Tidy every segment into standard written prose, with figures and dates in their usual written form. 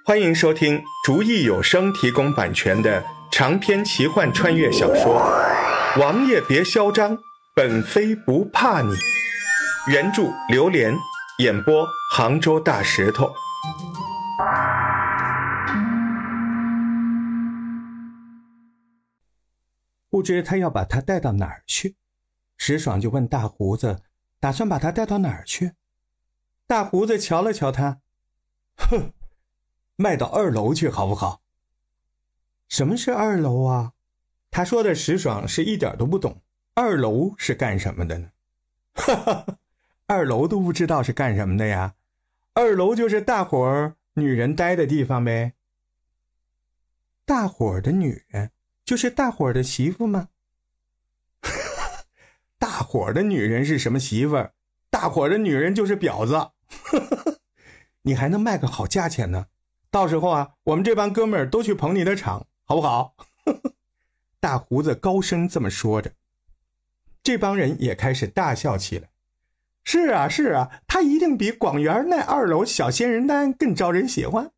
欢迎收听竹意有声提供版权的长篇奇幻穿越小说《王爷别嚣张，本妃不怕你》，原著榴莲，演播杭州大石头。 不知他要把他带到哪儿去，石爽就问大胡子，打算把他带到哪儿去？大胡子瞧了瞧他，哼，卖到2楼去好不好？什么是2楼啊？他说的石爽是一点都不懂，2楼是干什么的呢？哈哈，2楼都不知道是干什么的呀？2楼就是大伙儿女人待的地方呗。大伙儿的女人就是大伙儿的媳妇吗？大伙儿的女人是什么媳妇儿？大伙儿的女人就是婊子。你还能卖个好价钱呢，到时候啊，我们这帮哥们儿都去捧你的场，好不好？大胡子高声这么说着，这帮人也开始大笑起来。是啊是啊，他一定比广元那2楼小仙人丹更招人喜欢。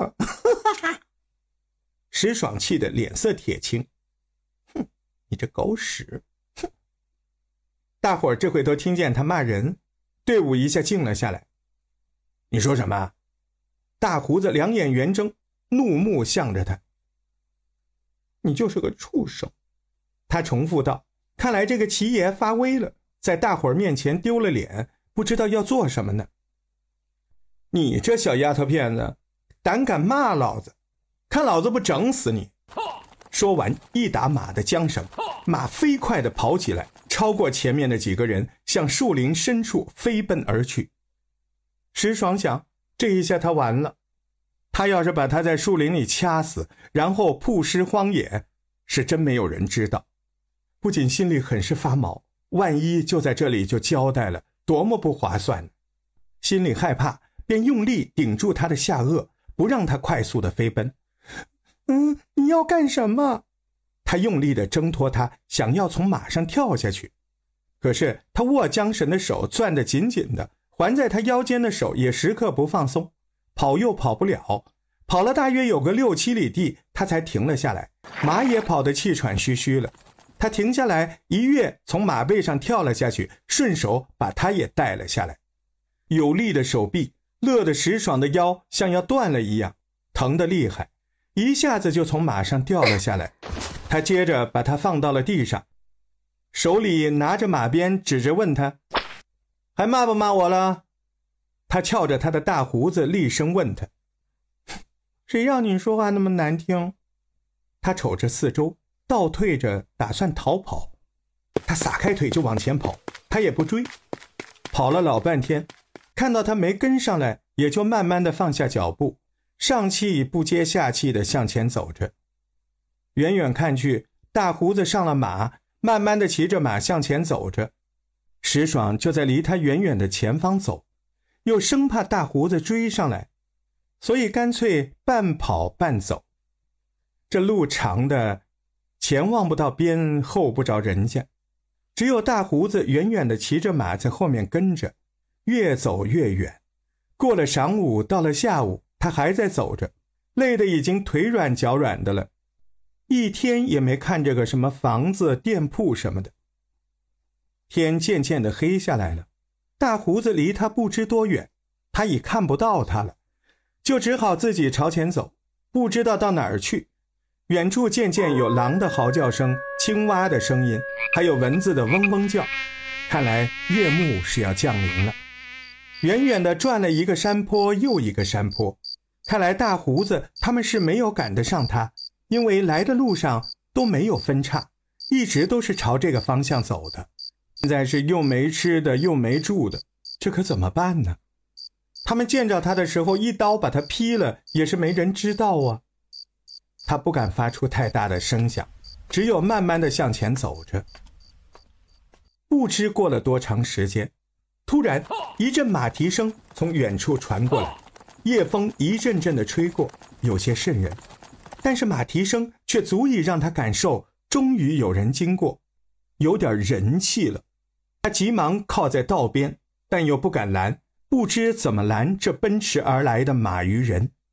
石爽气的脸色铁青，哼，你这狗屎！哼！大伙儿这回都听见他骂人，队伍一下静了下来。你说什么？大胡子两眼圆睁，怒目向着他。你就是个畜生！他重复道。看来这个齐爷发威了，在大伙儿面前丢了脸，不知道要做什么呢。你这小丫头片子，胆敢骂老子，看老子不整死你！说完一打马的缰绳，马飞快地跑起来，超过前面的几个人，向树林深处飞奔而去。石爽想，这一下他完了，他要是把他在树林里掐死，然后曝尸荒野，是真没有人知道。不仅心里很是发毛，万一就在这里就交代了，多么不划算呢！心里害怕，便用力顶住他的下颚，不让他快速的飞奔。你要干什么？他用力的挣脱他，想要从马上跳下去。可是他握缰绳的手攥得紧紧的，环在他腰间的手也时刻不放松，跑又跑不了，跑了大约有个6-7里地，他才停了下来，马也跑得气喘吁吁了。他停下来，一跃从马背上跳了下去，顺手把他也带了下来。有力的手臂勒得石爽的腰像要断了一样，疼得厉害，一下子就从马上掉了下来。他接着把他放到了地上，手里拿着马鞭，指着问他，还骂不骂我了？他翘着他的大胡子，厉声问他，谁让你说话那么难听？他瞅着四周，倒退着打算逃跑。他撒开腿就往前跑，他也不追。跑了老半天，看到他没跟上来，也就慢慢的放下脚步，上气不接下气的向前走着。远远看去，大胡子上了马，慢慢的骑着马向前走着。石爽就在离他远远的前方走，又生怕大胡子追上来，所以干脆半跑半走。这路长的，前望不到边，后不着人家，只有大胡子远远的骑着马在后面跟着，越走越远。过了晌午，到了下午，他还在走着，累得已经腿软脚软的了，一天也没看这个什么房子店铺什么的。天渐渐的黑下来了，大胡子离他不知多远，他已看不到他了，就只好自己朝前走，不知道到哪儿去。远处渐渐有狼的嚎叫声，青蛙的声音，还有蚊子的嗡嗡叫，看来夜幕是要降临了。远远地转了一个山坡又一个山坡，看来大胡子他们是没有赶得上他，因为来的路上都没有分岔，一直都是朝这个方向走的。现在是又没吃的又没住的，这可怎么办呢？他们见着他的时候一刀把他劈了，也是没人知道啊。他不敢发出太大的声响，只有慢慢地向前走着。不知过了多长时间，突然一阵马蹄声从远处传过来，夜风一阵阵地吹过，有些瘆人，但是马蹄声却足以让他感受终于有人经过，有点人气了。他急忙靠在道边，但又不敢拦，不知怎么拦这奔驰而来的马与人。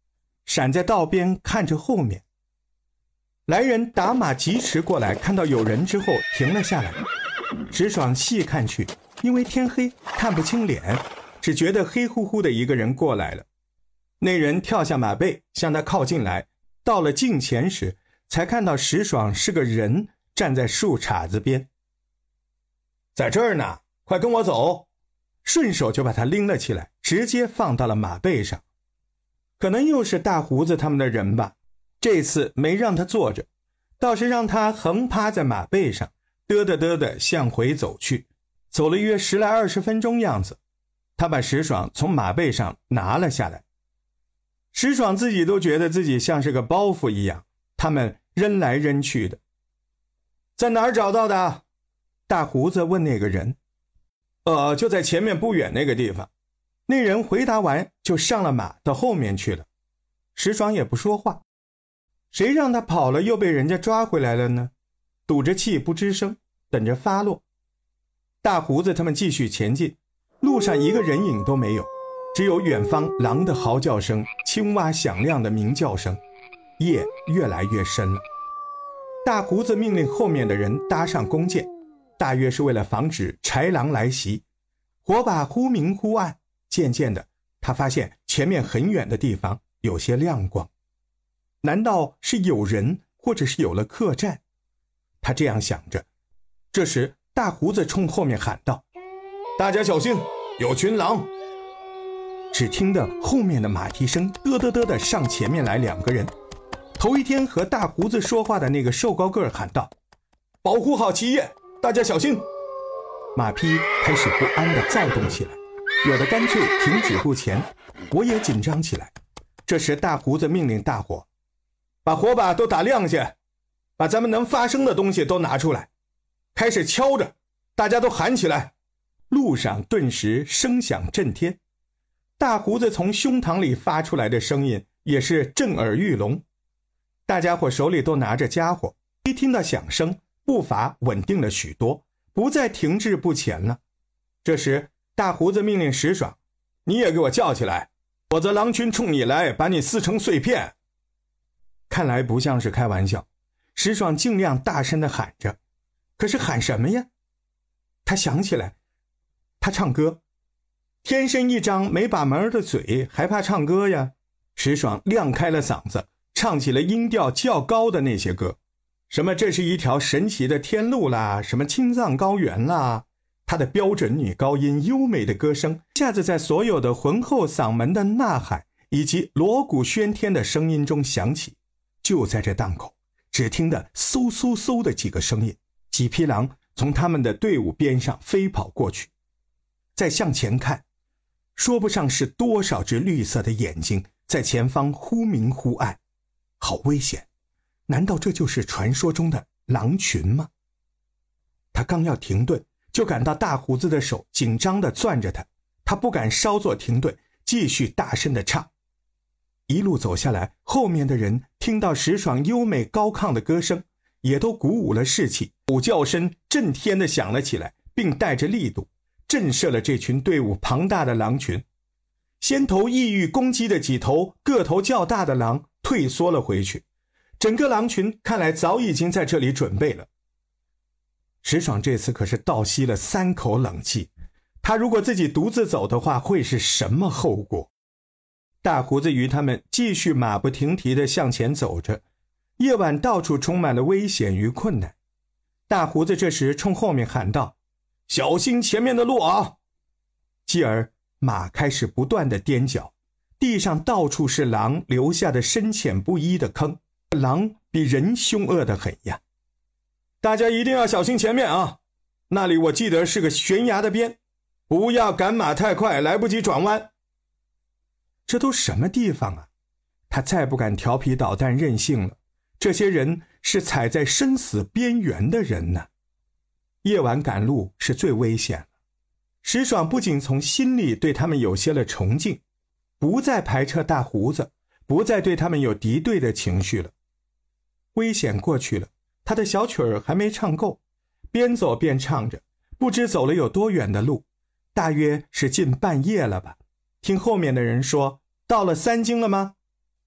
闪在道边看着后面。来人打马疾驰过来，看到有人之后停了下来。石爽细看去，因为天黑看不清脸，只觉得黑乎乎的一个人过来了。那人跳下马背向他靠近来，到了近前时才看到石爽是个人站在树杈子边。在这儿呢，快跟我走，顺手就把他拎了起来，直接放到了马背上。可能又是大胡子他们的人吧，这次没让他坐着，倒是让他横趴在马背上，嘚嘚嘚地向回走去，走了约10来20分钟样子。他把石爽从马背上拿了下来，石爽自己都觉得自己像是个包袱一样，他们扔来扔去的。在哪儿找到的？大胡子问那个人。就在前面不远那个地方。那人回答完就上了马到后面去了。石爽也不说话，谁让他跑了又被人家抓回来了呢？赌着气不吱声，等着发落。大胡子他们继续前进，路上一个人影都没有，只有远方狼的嚎叫声，青蛙响亮的鸣叫声。夜越来越深了。大胡子命令后面的人搭上弓箭，大约是为了防止豺狼来袭。火把忽明忽暗，渐渐的他发现前面很远的地方有些亮光。难道是有人，或者是有了客栈？他这样想着。这时大胡子冲后面喊道：大家小心，有群狼！只听得后面的马蹄声嘚嘚嘚的上前面来2个人。头一天和大胡子说话的那个瘦高个喊道：保护好旗业，大家小心！马匹开始不安地躁动起来，有的干脆停止不前。我也紧张起来。这时大胡子命令大伙把火把都打亮些，把咱们能发声的东西都拿出来，开始敲着，大家都喊起来。路上顿时声响震天，大胡子从胸膛里发出来的声音也是震耳欲聋。大家伙手里都拿着家伙，一听到响声，步伐稳定了许多，不再停滞不前了。这时大胡子命令石爽：你也给我叫起来，否则狼群冲你来，把你撕成碎片。看来不像是开玩笑。石爽尽量大声地喊着，可是喊什么呀？他想起来，他唱歌，天生一张没把门的嘴，还怕唱歌呀？石爽亮开了嗓子，唱起了音调较高的那些歌，什么这是一条神奇的天路啦，什么青藏高原啦。他的标准女高音优美的歌声一下子在所有的浑厚嗓门的呐喊以及锣鼓喧天的声音中响起。就在这档口，只听得嗖嗖嗖的几个声音，几匹狼从他们的队伍边上飞跑过去。再向前看，说不上是多少只绿色的眼睛在前方忽明忽暗，好危险！难道这就是传说中的狼群吗？他刚要停顿，就感到大胡子的手紧张地攥着他，他不敢稍作停顿，继续大声地唱。一路走下来，后面的人听到石爽优美高亢的歌声，也都鼓舞了士气，虎叫声震天地响了起来，并带着力度震慑了这群队伍庞大的狼群。先头意欲攻击的几头个头较大的狼退缩了回去，整个狼群看来早已经在这里准备了。石爽这次可是倒吸了3口冷气，他如果自己独自走的话，会是什么后果？大胡子与他们继续马不停蹄地向前走着，夜晚到处充满了危险与困难。大胡子这时冲后面喊道：小心前面的路啊！继而马开始不断地踮脚，地上到处是狼留下的深浅不一的坑，狼比人凶恶得很呀。大家一定要小心前面啊，那里我记得是个悬崖的边，不要赶马太快，来不及转弯。这都什么地方啊？他再不敢调皮捣蛋任性了，这些人是踩在生死边缘的人呢。夜晚赶路是最危险了。石爽不仅从心里对他们有些了崇敬，不再排斥大胡子，不再对他们有敌对的情绪了。危险过去了，他的小曲儿还没唱够，边走边唱着，不知走了有多远的路，大约是近半夜了吧。听后面的人说，到了3更了吗？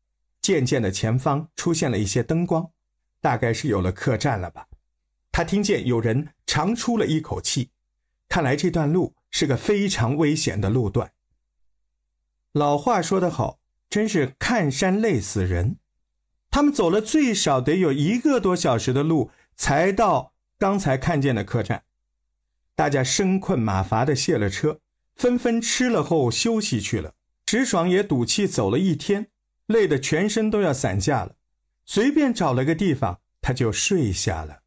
渐渐的前方出现了一些灯光，大概是有了客栈了吧。他听见有人长出了一口气，看来这段路是个非常危险的路段。老话说得好，真是看山累死人。他们走了最少得有1个多小时的路，才到刚才看见的客栈。大家生困马乏的卸了车，纷纷吃了后休息去了。石爽也赌气走了1天，累得全身都要散架了，随便找了个地方他就睡下了。